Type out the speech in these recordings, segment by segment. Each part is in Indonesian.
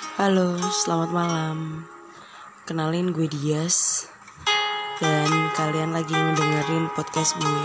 Halo, selamat malam. Kenalin gue Dias. Dan kalian lagi ngedengerin podcast gue.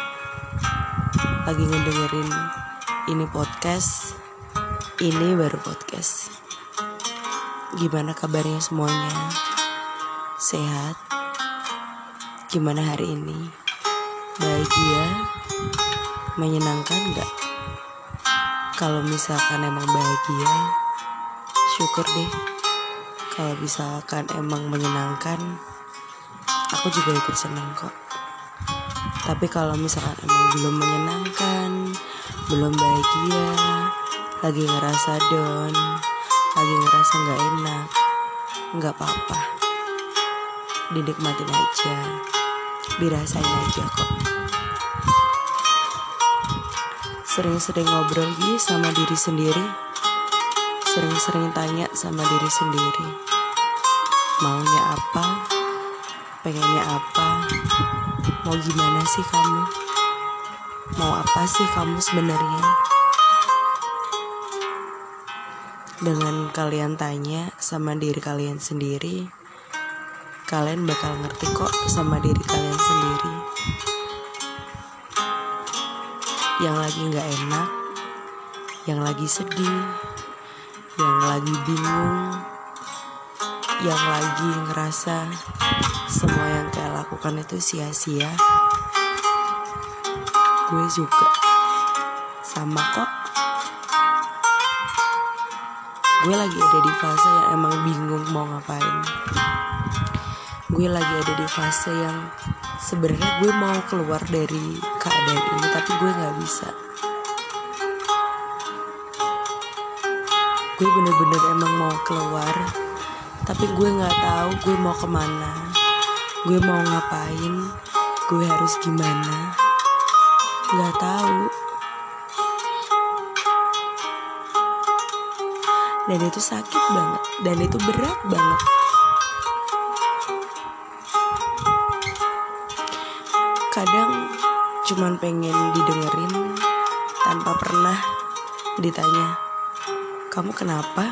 Lagi ngedengerin ini podcast. Ini baru podcast. Gimana kabarnya semuanya? Sehat? Gimana hari ini? Bahagia? Menyenangkan gak? Kalau misalkan emang bahagia, syukur deh. Kalau misalkan emang menyenangkan, aku juga ikut seneng kok. Tapi kalau misalkan emang belum menyenangkan, belum bahagia, lagi ngerasa down, lagi ngerasa gak enak, gak apa-apa. Dinikmatin aja, dirasain aja kok. Sering-sering ngobrol gitu sama diri sendiri. Sering-sering tanya sama diri sendiri, maunya apa, pengennya apa, mau gimana sih kamu, mau apa sih kamu sebenarnya. Dengan kalian tanya sama diri kalian sendiri, kalian bakal ngerti kok sama diri kalian sendiri. Yang lagi gak enak, yang lagi sedih, yang lagi bingung, yang lagi ngerasa semua yang kayak lakukan itu sia-sia. Gue juga sama kok. Gue lagi ada di fase yang emang bingung mau ngapain. Gue lagi ada di fase yang sebenarnya gue mau keluar dari keadaan ini, tapi gue gak bisa. Gue bener-bener emang mau keluar, tapi gue gak tahu gue mau kemana, gue mau ngapain, gue harus gimana, gak tahu. Dan itu sakit banget, dan itu berat banget. Kadang cuman pengen didengerin tanpa pernah ditanya, kamu kenapa?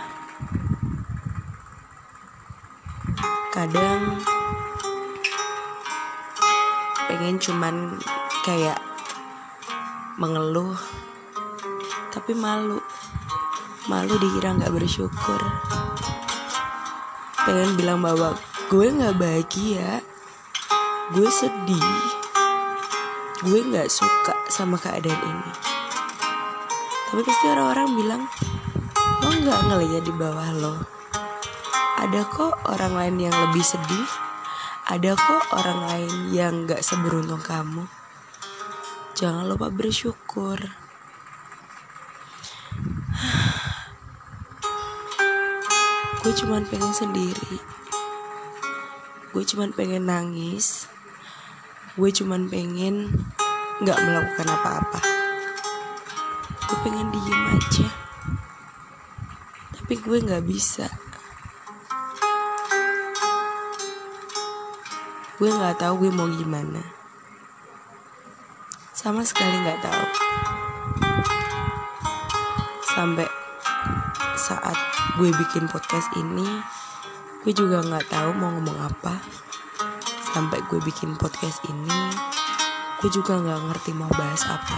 Kadang pengen cuman kayak mengeluh, tapi malu dikira gak bersyukur. Pengen bilang bahwa gue gak bahagia, gue sedih, gue gak suka sama keadaan ini. Tapi pasti orang-orang bilang, lo gak ngeliat di bawah lo, ada kok orang lain yang lebih sedih, ada kok orang lain yang gak seberuntung kamu. Jangan lupa bersyukur. Gue cuman pengen sendiri, gue cuman pengen nangis, gue cuman pengen gak melakukan apa-apa. Gue pengen diem aja, tapi gue gak bisa. Gue gak tahu gue mau gimana, sama sekali gak tahu. Sampai saat gue bikin podcast ini, gue juga gak tahu mau ngomong apa. Sampai gue bikin podcast ini, gue juga gak ngerti mau bahas apa.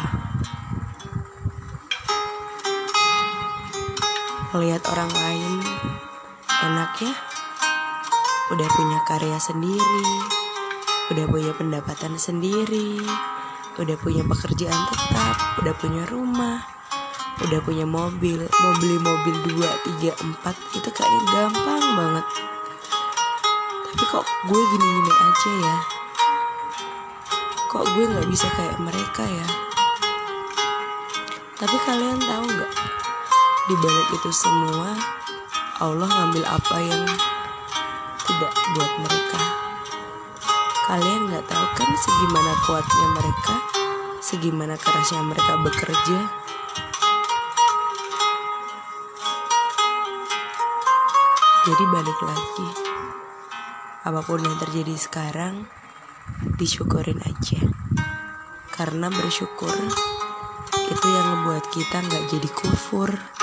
Melihat orang lain enak ya, udah punya karya sendiri, udah punya pendapatan sendiri, udah punya pekerjaan tetap, udah punya rumah, udah punya mobil, mau beli mobil 2, 3, 4, itu kayaknya gampang banget. Tapi kok gue gini-gini aja ya, kok gue gak bisa kayak mereka ya. Tapi kalian tahu gak, di balik itu semua Allah ngambil apa yang tidak buat mereka. Kalian gak tahu kan segimana kuatnya mereka, segimana kerasnya mereka bekerja. Jadi balik lagi, apapun yang terjadi sekarang, disyukurin aja. Karena bersyukur itu yang ngebuat kita gak jadi kufur.